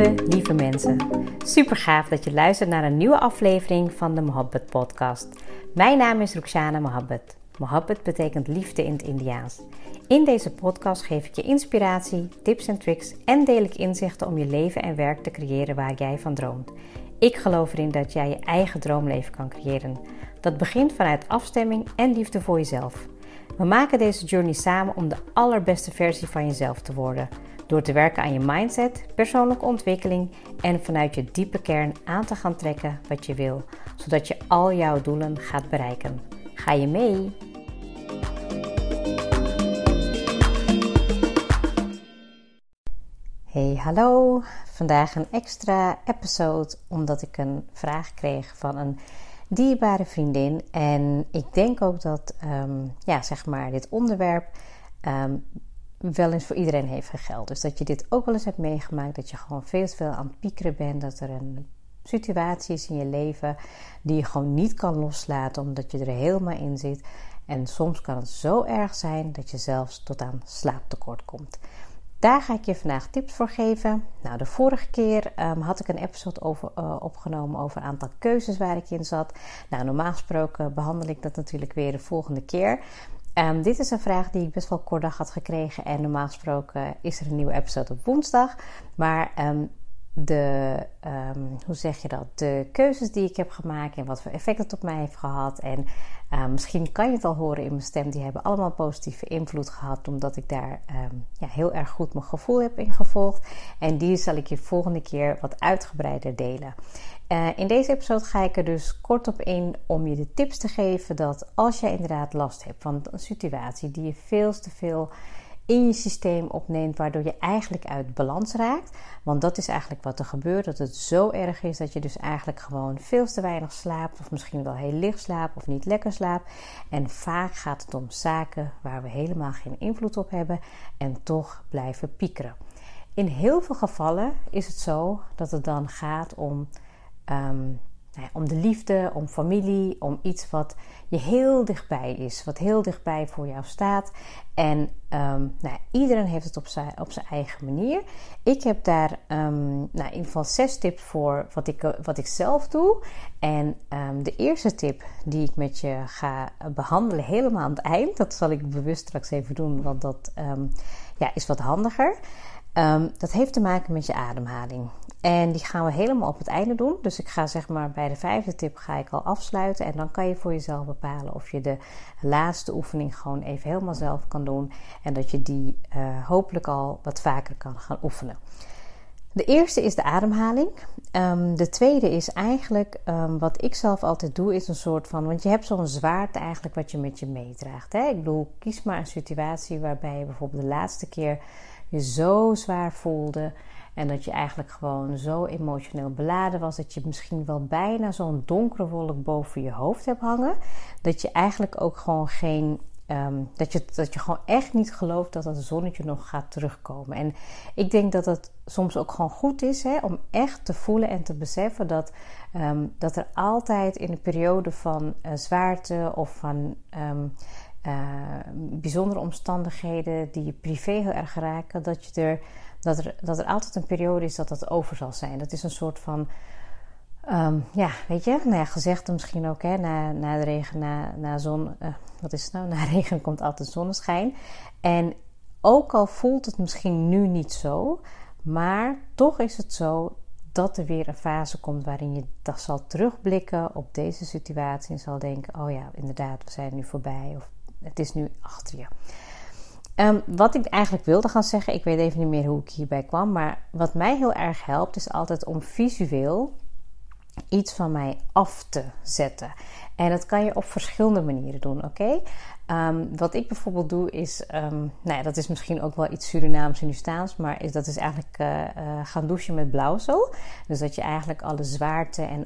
Lieve mensen, super gaaf dat je luistert naar een nieuwe aflevering van de Mohabbat podcast. Mijn naam is Rukhsana Mohabbat. Mohabbat betekent liefde in het Indiaans. In deze podcast geef ik je inspiratie, tips en tricks en deel ik inzichten om je leven en werk te creëren waar jij van droomt. Ik geloof erin dat jij je eigen droomleven kan creëren. Dat begint vanuit afstemming en liefde voor jezelf. We maken deze journey samen om de allerbeste versie van jezelf te worden. Door te werken aan je mindset, persoonlijke ontwikkeling en vanuit je diepe kern aan te gaan trekken wat je wil. Zodat je al jouw doelen gaat bereiken. Ga je mee? Hey, hallo. Vandaag een extra episode omdat ik een vraag kreeg van een dierbare vriendin. En ik denk ook dat dit onderwerp wel eens voor iedereen heeft gegeld. Dus dat je dit ook wel eens hebt meegemaakt. Dat je gewoon veel te veel aan het piekeren bent. Dat er een situatie is in je leven die je gewoon niet kan loslaten. Omdat je er helemaal in zit. En soms kan het zo erg zijn dat je zelfs tot aan slaaptekort komt. Daar ga ik je vandaag tips voor geven. Nou, de vorige keer had ik een episode opgenomen over een aantal keuzes waar ik in zat. Nou, normaal gesproken behandel ik dat natuurlijk weer de volgende keer. Dit is een vraag die ik best wel kort dag had gekregen. En normaal gesproken is er een nieuwe episode op woensdag. Maar de keuzes die ik heb gemaakt en wat voor effect het op mij heeft gehad. En misschien kan je het al horen in mijn stem. Die hebben allemaal positieve invloed gehad. Omdat ik daar heel erg goed mijn gevoel heb ingevolgd. En die zal ik je volgende keer wat uitgebreider delen. In deze episode ga ik er dus kort op in om je de tips te geven dat als jij inderdaad last hebt van een situatie die je veel te veel in je systeem opneemt, waardoor je eigenlijk uit balans raakt. Want dat is eigenlijk wat er gebeurt, dat het zo erg is dat je dus eigenlijk gewoon veel te weinig slaapt, of misschien wel heel licht slaapt of niet lekker slaapt. En vaak gaat het om zaken waar we helemaal geen invloed op hebben en toch blijven piekeren. In heel veel gevallen is het zo dat het dan gaat om de liefde, om familie, om iets wat je heel dichtbij is, wat heel dichtbij voor jou staat. En iedereen heeft het op zijn eigen manier. Ik heb daar in ieder geval 6 tips voor wat ik zelf doe. En de eerste tip die ik met je ga behandelen helemaal aan het eind, dat zal ik bewust straks even doen, want dat is wat handiger. Dat heeft te maken met je ademhaling. En die gaan we helemaal op het einde doen. Dus ik ga bij de 5e tip ga ik al afsluiten. En dan kan je voor jezelf bepalen of je de laatste oefening gewoon even helemaal zelf kan doen. En dat je die hopelijk al wat vaker kan gaan oefenen. De eerste is de ademhaling. De tweede is eigenlijk, wat ik zelf altijd doe, is een soort van, want je hebt zo'n zwaarte eigenlijk wat je met je meedraagt. Hè? Ik bedoel, kies maar een situatie waarbij je bijvoorbeeld de laatste keer je zo zwaar voelde. En dat je eigenlijk gewoon zo emotioneel beladen was. Dat je misschien wel bijna zo'n donkere wolk boven je hoofd hebt hangen. Dat je eigenlijk ook gewoon dat je gewoon echt niet gelooft dat het zonnetje nog gaat terugkomen. En ik denk dat het soms ook gewoon goed is om echt te voelen en te beseffen dat er altijd in een periode van zwaarte of van bijzondere omstandigheden die je privé heel erg raken, dat er altijd een periode is dat dat over zal zijn. Dat is een soort van, gezegde misschien ook, na de regen, na zon, wat is het nou? Na regen komt altijd zonneschijn. En ook al voelt het misschien nu niet zo, maar toch is het zo dat er weer een fase komt waarin je zal terugblikken op deze situatie en zal denken, oh ja, inderdaad, we zijn nu voorbij of het is nu achter je. Wat ik eigenlijk wilde gaan zeggen, ik weet even niet meer hoe ik hierbij kwam, maar wat mij heel erg helpt is altijd om visueel iets van mij af te zetten. En dat kan je op verschillende manieren doen, oké? Wat ik bijvoorbeeld doe is, dat is misschien ook wel iets Surinaams en Ustaans, maar dat is eigenlijk gaan douchen met blauwsel. Dus dat je eigenlijk alle zwaarte en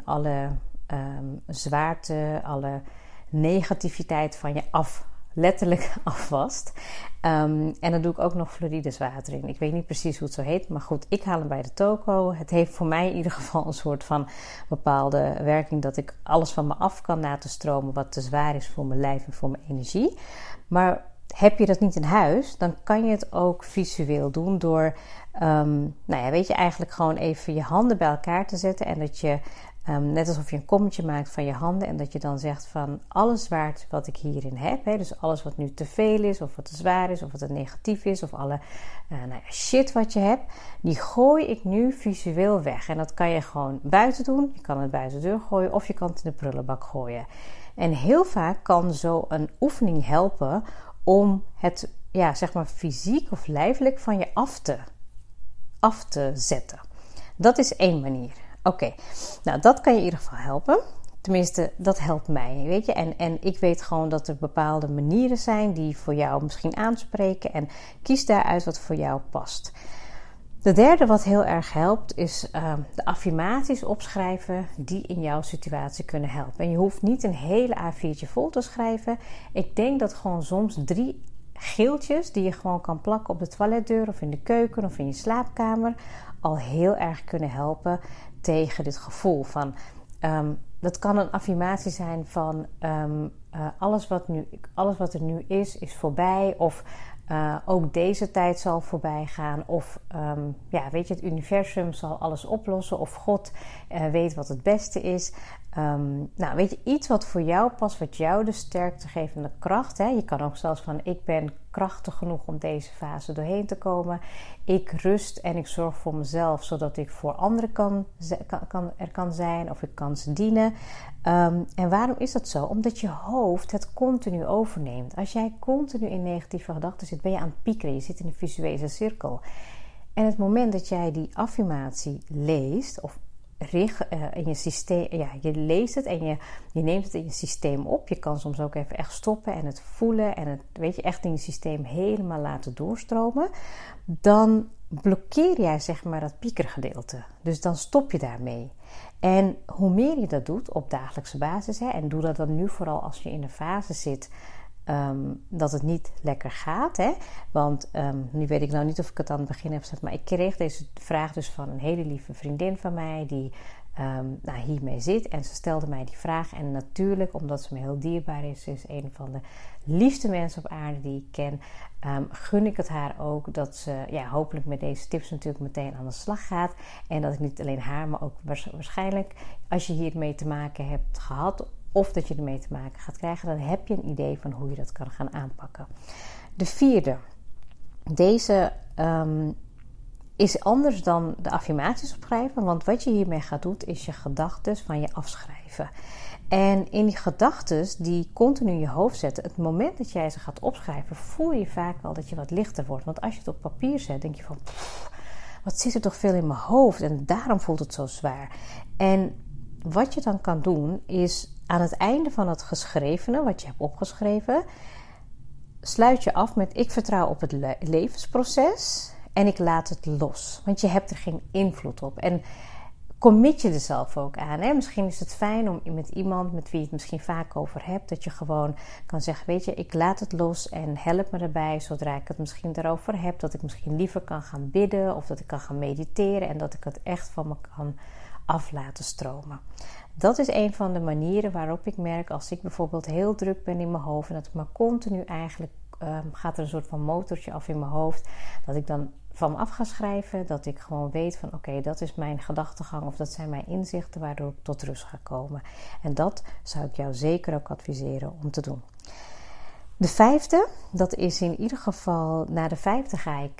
alle negativiteit van je letterlijk afwast. En dan doe ik ook nog Florides in. Ik weet niet precies hoe het zo heet, maar goed, ik haal hem bij de toko. Het heeft voor mij in ieder geval een soort van bepaalde werking dat ik alles van me af kan laten stromen wat te zwaar is voor mijn lijf en voor mijn energie. Maar heb je dat niet in huis, dan kan je het ook visueel doen door, eigenlijk gewoon even je handen bij elkaar te zetten en dat je, net alsof je een kommetje maakt van je handen en dat je dan zegt van alles waard wat ik hierin heb, hè, dus alles wat nu te veel is of wat te zwaar is of wat te negatief is of alle shit wat je hebt, die gooi ik nu visueel weg. En dat kan je gewoon buiten doen, je kan het buiten de deur gooien of je kan het in de prullenbak gooien. En heel vaak kan zo een oefening helpen om het fysiek of lijfelijk van je af te zetten. Dat is één manier. Oké, nou dat kan je in ieder geval helpen. Tenminste, dat helpt mij, weet je. En ik weet gewoon dat er bepaalde manieren zijn die voor jou misschien aanspreken. En kies daaruit wat voor jou past. De derde wat heel erg helpt is de affirmaties opschrijven die in jouw situatie kunnen helpen. En je hoeft niet een hele A4'tje vol te schrijven. Ik denk dat gewoon soms 3 geeltjes die je gewoon kan plakken op de toiletdeur of in de keuken of in je slaapkamer al heel erg kunnen helpen tegen dit gevoel van... dat kan een affirmatie zijn van alles wat er nu is voorbij. Of ook deze tijd zal voorbij gaan. Of het universum zal alles oplossen. Of God weet wat het beste is. Iets wat voor jou past, wat jou de sterkte geeft en de kracht. Hè? Je kan ook zelfs van, ik ben krachtig genoeg om deze fase doorheen te komen. Ik rust en ik zorg voor mezelf, zodat ik voor anderen kan zijn of ik kan ze dienen. En waarom is dat zo? Omdat je hoofd het continu overneemt. Als jij continu in negatieve gedachten zit, ben je aan het piekeren. Je zit in een visuele cirkel. En het moment dat jij die affirmatie leest of in je systeem, je leest het en je neemt het in je systeem op. Je kan soms ook even echt stoppen en het voelen en het, echt in je systeem helemaal laten doorstromen. Dan blokkeer jij dat piekergedeelte. Dus dan stop je daarmee. En hoe meer je dat doet op dagelijkse basis, en doe dat dan nu vooral als je in een fase zit dat het niet lekker gaat. Hè? Want nu weet ik nou niet of ik het aan het begin heb gezegd, maar ik kreeg deze vraag dus van een hele lieve vriendin van mij die hiermee zit. En ze stelde mij die vraag. En natuurlijk, omdat ze me heel dierbaar is een van de liefste mensen op aarde die ik ken, gun ik het haar ook dat ze hopelijk met deze tips natuurlijk meteen aan de slag gaat. En dat ik niet alleen haar, maar ook waarschijnlijk als je hiermee te maken hebt gehad of dat je ermee te maken gaat krijgen, dan heb je een idee van hoe je dat kan gaan aanpakken. De 4e. Deze is anders dan de affirmaties opschrijven. Want wat je hiermee gaat doen, is je gedachten van je afschrijven. En in die gedachten die continu in je hoofd zetten, het moment dat jij ze gaat opschrijven, voel je vaak wel dat je wat lichter wordt. Want als je het op papier zet, denk je van, wat zit er toch veel in mijn hoofd. En daarom voelt het zo zwaar. En wat je dan kan doen, is aan het einde van het geschrevene, wat je hebt opgeschreven, sluit je af met: ik vertrouw op het levensproces en ik laat het los. Want je hebt er geen invloed op. En commit je er zelf ook aan. Hè? Misschien is het fijn om met iemand met wie je het misschien vaak over hebt, dat je gewoon kan zeggen: weet je, ik laat het los en help me erbij zodra ik het misschien erover heb. Dat ik misschien liever kan gaan bidden of dat ik kan gaan mediteren en dat ik het echt van me kan af laten stromen. Dat is een van de manieren waarop ik merk, als ik bijvoorbeeld heel druk ben in mijn hoofd en dat ik maar continu eigenlijk gaat er een soort van motortje af in mijn hoofd, dat ik dan van me af ga schrijven, dat ik gewoon weet van oké, dat is mijn gedachtegang of dat zijn mijn inzichten waardoor ik tot rust ga komen. En dat zou ik jou zeker ook adviseren om te doen. De 5e, dat is in ieder geval, na de 5e ga ik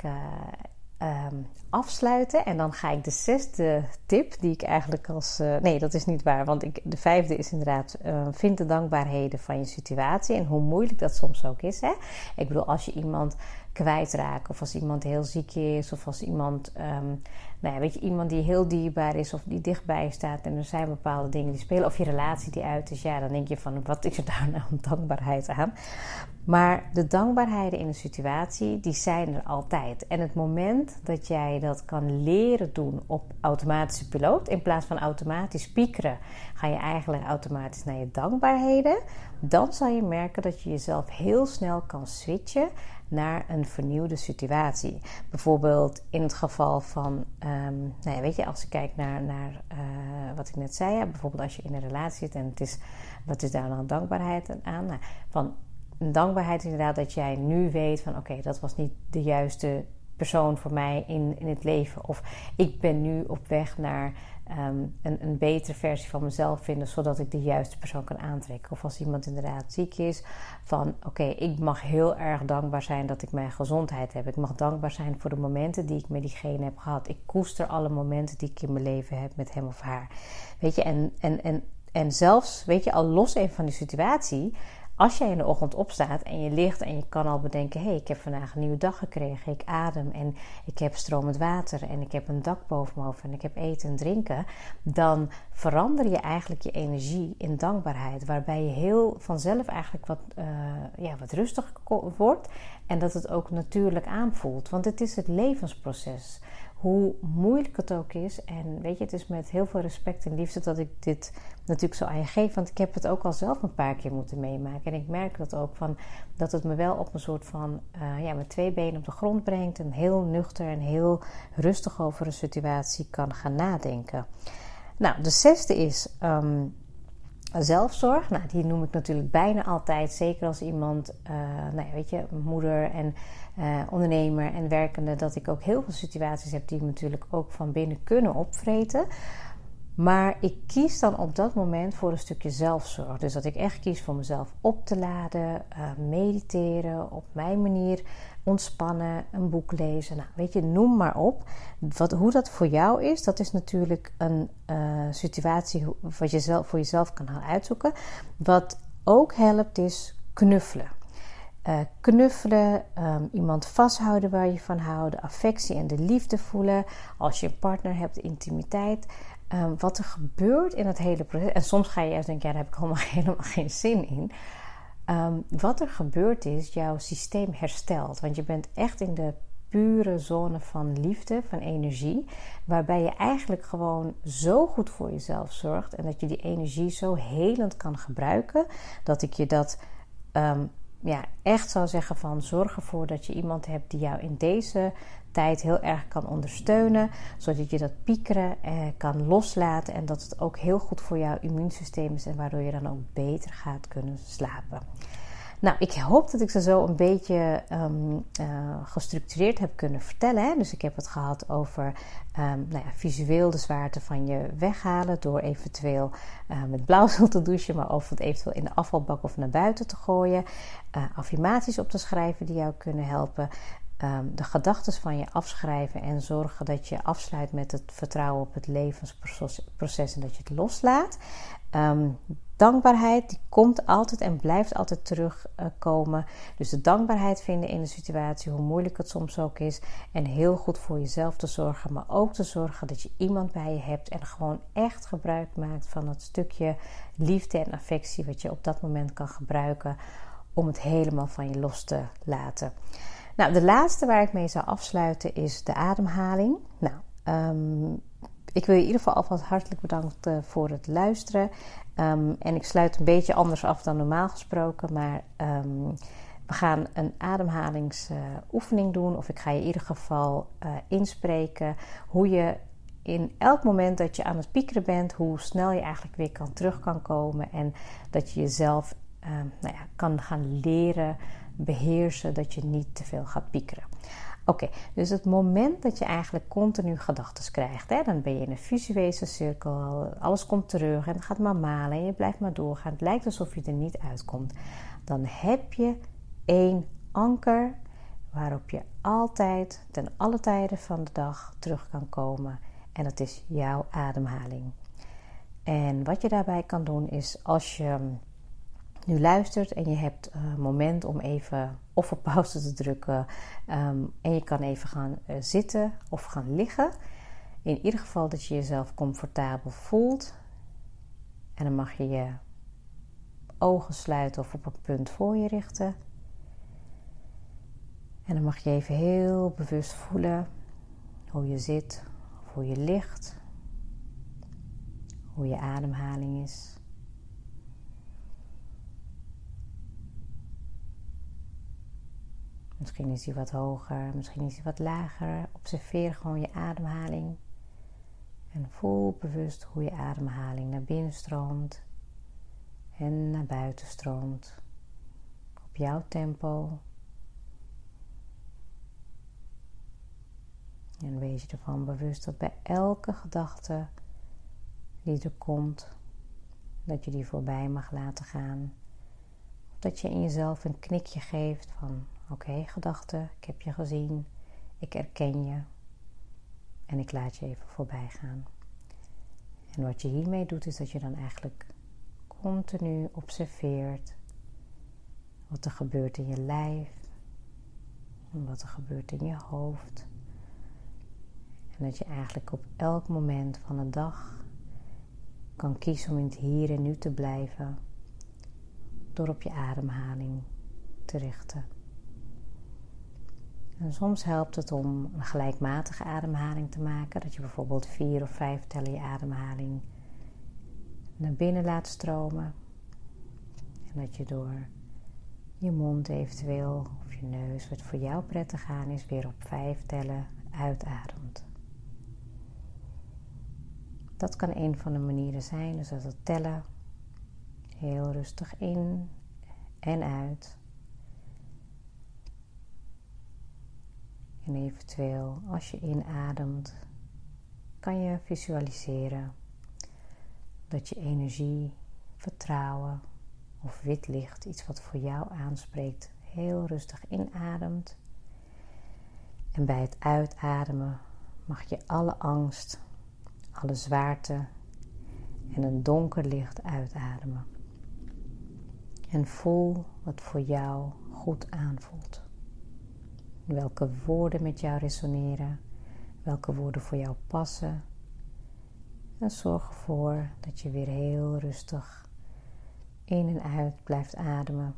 afsluiten en dan ga ik de 6e tip die ik eigenlijk als... nee, dat is niet waar, want de 5e is inderdaad vind de dankbaarheden van je situatie en hoe moeilijk dat soms ook is. Hè? Ik bedoel, als je iemand kwijtraakt of als iemand heel ziek is of als iemand, iemand die heel dierbaar is of die dichtbij staat en er zijn bepaalde dingen die spelen of je relatie die uit is, dan denk je van wat is er daar nou een dankbaarheid aan? Maar de dankbaarheden in een situatie, die zijn er altijd. En het moment dat jij dat kan leren doen op automatische piloot, in plaats van automatisch piekeren, ga je eigenlijk automatisch naar je dankbaarheden. Dan zal je merken dat je jezelf heel snel kan switchen naar een vernieuwde situatie. Bijvoorbeeld in het geval van, als ik kijk naar wat ik net zei, bijvoorbeeld als je in een relatie zit en het is, wat is daar dan dankbaarheid aan? een dankbaarheid inderdaad dat jij nu weet van oké, dat was niet de juiste persoon voor mij in het leven. Of ik ben nu op weg naar een betere versie van mezelf vinden, zodat ik de juiste persoon kan aantrekken. Of als iemand inderdaad ziek is, van oké, ik mag heel erg dankbaar zijn dat ik mijn gezondheid heb. Ik mag dankbaar zijn voor de momenten die ik met diegene heb gehad. Ik koester alle momenten die ik in mijn leven heb met hem of haar. Weet je, en zelfs, weet je, al los even van die situatie, als jij in de ochtend opstaat en je ligt en je kan al bedenken, hé, ik heb vandaag een nieuwe dag gekregen, ik adem en ik heb stromend water en ik heb een dak boven me hoofd en ik heb eten en drinken, dan verander je eigenlijk je energie in dankbaarheid, waarbij je heel vanzelf eigenlijk wat rustiger wordt en dat het ook natuurlijk aanvoelt, want het is het levensproces. Hoe moeilijk het ook is. En weet je, het is met heel veel respect en liefde dat ik dit natuurlijk zo aan je geef. Want ik heb het ook al zelf een paar keer moeten meemaken. En ik merk dat ook van dat het me wel op een soort van met 2 benen op de grond brengt. En heel nuchter en heel rustig over een situatie kan gaan nadenken. Nou, de 6e is zelfzorg. Nou, die noem ik natuurlijk bijna altijd. Zeker als iemand, moeder en ondernemer en werkende, dat ik ook heel veel situaties heb die natuurlijk ook van binnen kunnen opvreten. Maar ik kies dan op dat moment voor een stukje zelfzorg. Dus dat ik echt kies voor mezelf op te laden, mediteren, op mijn manier ontspannen, een boek lezen. Nou, weet je, noem maar op. Hoe dat voor jou is, dat is natuurlijk een situatie wat je voor jezelf kan gaan uitzoeken. Wat ook helpt is knuffelen. Iemand vasthouden waar je van houdt, de affectie en de liefde voelen. Als je een partner hebt, de intimiteit. Wat er gebeurt in het hele proces. En soms ga je eerst denken, daar heb ik helemaal geen zin in. Wat er gebeurt is, jouw systeem herstelt. Want je bent echt in de pure zone van liefde, van energie. Waarbij je eigenlijk gewoon zo goed voor jezelf zorgt. En dat je die energie zo helend kan gebruiken. Dat ik je dat echt zou zeggen van zorg ervoor dat je iemand hebt die jou in deze tijd heel erg kan ondersteunen, zodat je dat piekeren kan loslaten en dat het ook heel goed voor jouw immuunsysteem is en waardoor je dan ook beter gaat kunnen slapen. Nou, ik hoop dat ik ze zo een beetje gestructureerd heb kunnen vertellen. Hè? Dus ik heb het gehad over visueel de zwaarte van je weghalen door eventueel met blauwsel te douchen, maar of het eventueel in de afvalbak of naar buiten te gooien. Affirmaties op te schrijven die jou kunnen helpen. De gedachten van je afschrijven en zorgen dat je afsluit met het vertrouwen op het levensproces en dat je het loslaat. Dankbaarheid die komt altijd en blijft altijd terugkomen. Dus de dankbaarheid vinden in de situatie, hoe moeilijk het soms ook is. En heel goed voor jezelf te zorgen, maar ook te zorgen dat je iemand bij je hebt en gewoon echt gebruik maakt van het stukje liefde en affectie wat je op dat moment kan gebruiken om het helemaal van je los te laten. Nou, de laatste waar ik mee zou afsluiten is de ademhaling. Nou, ik wil je in ieder geval alvast hartelijk bedanken voor het luisteren. En ik sluit een beetje anders af dan normaal gesproken. Maar we gaan een ademhalingsoefening doen. Of ik ga je in ieder geval inspreken hoe je in elk moment dat je aan het piekeren bent, hoe snel je eigenlijk weer terug kan komen. En dat je jezelf kan gaan leren beheersen, dat je niet te veel gaat piekeren. Oké, dus het moment dat je eigenlijk continu gedachten krijgt, hè, dan ben je in een visuele cirkel, alles komt terug en het gaat maar malen en je blijft maar doorgaan. Het lijkt alsof je er niet uitkomt. Dan heb je 1 anker waarop je altijd, ten alle tijden van de dag terug kan komen. En dat is jouw ademhaling. En wat je daarbij kan doen is, als je nu luistert en je hebt een moment om even of op pauze te drukken en je kan even gaan zitten of gaan liggen. In ieder geval dat je jezelf comfortabel voelt. En dan mag je je ogen sluiten of op een punt voor je richten. En dan mag je even heel bewust voelen hoe je zit of hoe je ligt. Hoe je ademhaling is. Misschien is die wat hoger, misschien is die wat lager. Observeer gewoon je ademhaling. En voel bewust hoe je ademhaling naar binnen stroomt en naar buiten stroomt. op jouw tempo. En wees je ervan bewust dat bij elke gedachte die er komt, dat je die voorbij mag laten gaan. Of dat je in jezelf een knikje geeft van oké, gedachte, ik heb je gezien, ik herken je en ik laat je even voorbij gaan. En wat je hiermee doet is dat je dan eigenlijk continu observeert wat er gebeurt in je lijf en wat er gebeurt in je hoofd. En dat je eigenlijk op elk moment van de dag kan kiezen om in het hier en nu te blijven door op je ademhaling te richten. En soms helpt het om een gelijkmatige ademhaling te maken. Dat je bijvoorbeeld 4 of 5 tellen je ademhaling naar binnen laat stromen. En dat je door je mond eventueel of je neus, wat voor jou prettig aan is, weer op 5 tellen uitademt. Dat kan een van de manieren zijn. Dus dat het tellen heel rustig in en uit. En eventueel als je inademt, kan je visualiseren dat je energie, vertrouwen of wit licht, iets wat voor jou aanspreekt, heel rustig inademt. En bij het uitademen mag je alle angst, alle zwaarte en een donker licht uitademen. En voel wat voor jou goed aanvoelt. Welke woorden met jou resoneren, welke woorden voor jou passen. En zorg ervoor dat je weer heel rustig in en uit blijft ademen.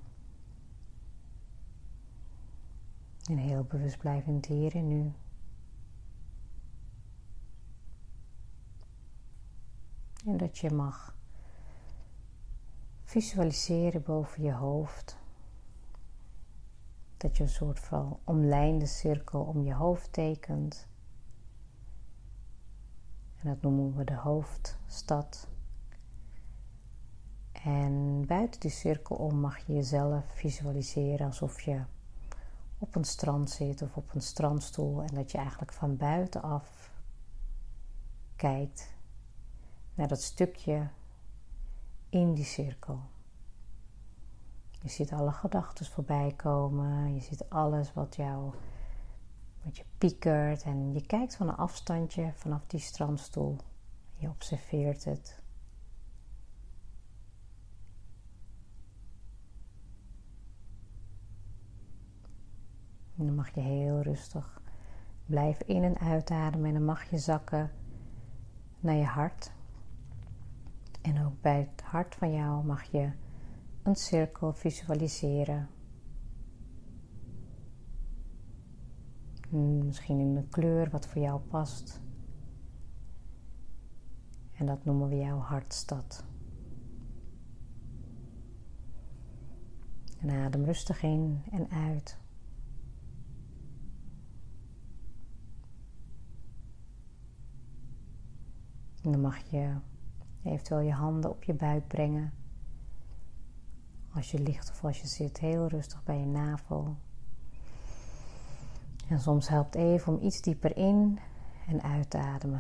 En heel bewust blijven in het hier en nu. En dat je mag visualiseren boven je hoofd. Dat je een soort van omlijnde cirkel om je hoofd tekent. En dat noemen we de hoofdstad. En buiten die cirkel om mag je jezelf visualiseren alsof je op een strand zit of op een strandstoel. En dat je eigenlijk van buitenaf kijkt naar dat stukje in die cirkel. Je ziet alle gedachten voorbij komen. Je ziet alles wat je piekert. En je kijkt van een afstandje vanaf die strandstoel. Je observeert het. En dan mag je heel rustig blijven in- en uitademen. En dan mag je zakken naar je hart. En ook bij het hart van jou mag je een cirkel visualiseren. Misschien in een kleur wat voor jou past. En dat noemen we jouw hartstad. En adem rustig in en uit. En dan mag je eventueel je handen op je buik brengen. Als je ligt of als je zit, heel rustig bij je navel. En soms helpt even om iets dieper in en uit te ademen.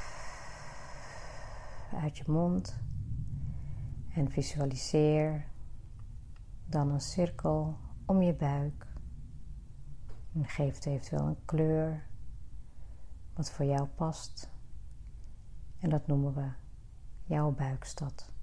Uit je mond. En visualiseer dan een cirkel om je buik. En geef het eventueel een kleur wat voor jou past. En dat noemen we jouw buikstad.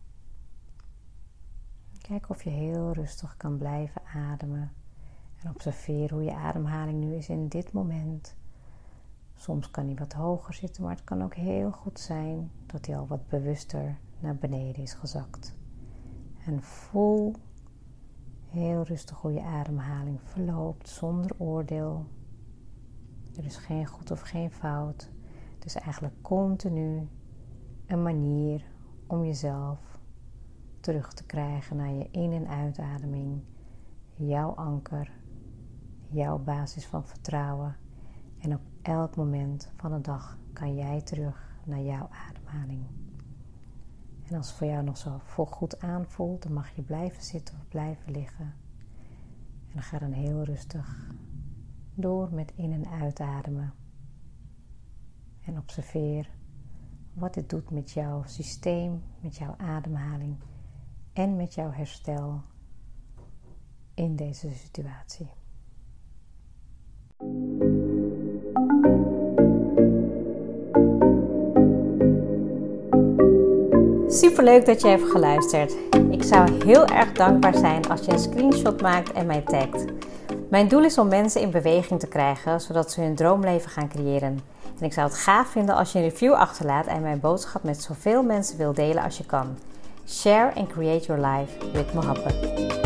Kijk of je heel rustig kan blijven ademen. En observeer hoe je ademhaling nu is in dit moment. Soms kan die wat hoger zitten, maar het kan ook heel goed zijn dat die al wat bewuster naar beneden is gezakt. En voel heel rustig hoe je ademhaling verloopt zonder oordeel. Er is geen goed of geen fout. Het is eigenlijk continu een manier om jezelf terug te krijgen naar je in- en uitademing. Jouw anker, jouw basis van vertrouwen. En op elk moment van de dag kan jij terug naar jouw ademhaling. En als het voor jou nog zo goed aanvoelt, dan mag je blijven zitten of blijven liggen. En ga dan heel rustig door met in- en uitademen. En observeer wat dit doet met jouw systeem, met jouw ademhaling en met jouw herstel in deze situatie. Superleuk dat je hebt geluisterd. Ik zou heel erg dankbaar zijn als je een screenshot maakt en mij tagt. Mijn doel is om mensen in beweging te krijgen, zodat ze hun droomleven gaan creëren. En ik zou het gaaf vinden als je een review achterlaat en mijn boodschap met zoveel mensen wilt delen als je kan. Share and create your life with Mohabbat.